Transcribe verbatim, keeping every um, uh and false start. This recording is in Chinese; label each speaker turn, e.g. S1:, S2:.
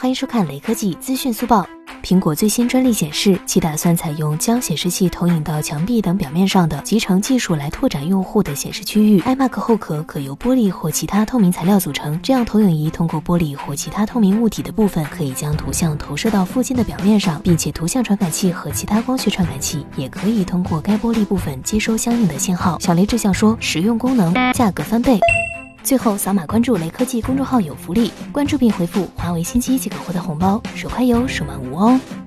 S1: 欢迎收看雷科技资讯速报。苹果最新专利显示，其打算采用将显示器投影到墙壁等表面上的集成技术来拓展用户的显示区域。iMac 后壳可由玻璃或其他透明材料组成，这样投影仪通过玻璃或其他透明物体的部分，可以将图像投射到附近的表面上，并且图像传感器和其他光学传感器也可以通过该玻璃部分接收相应的信号。小雷这项说，实用功能，价格翻倍。最后扫码关注雷科技公众号有福利，关注并回复华为新机即可获得红包，手快有，手慢无哦。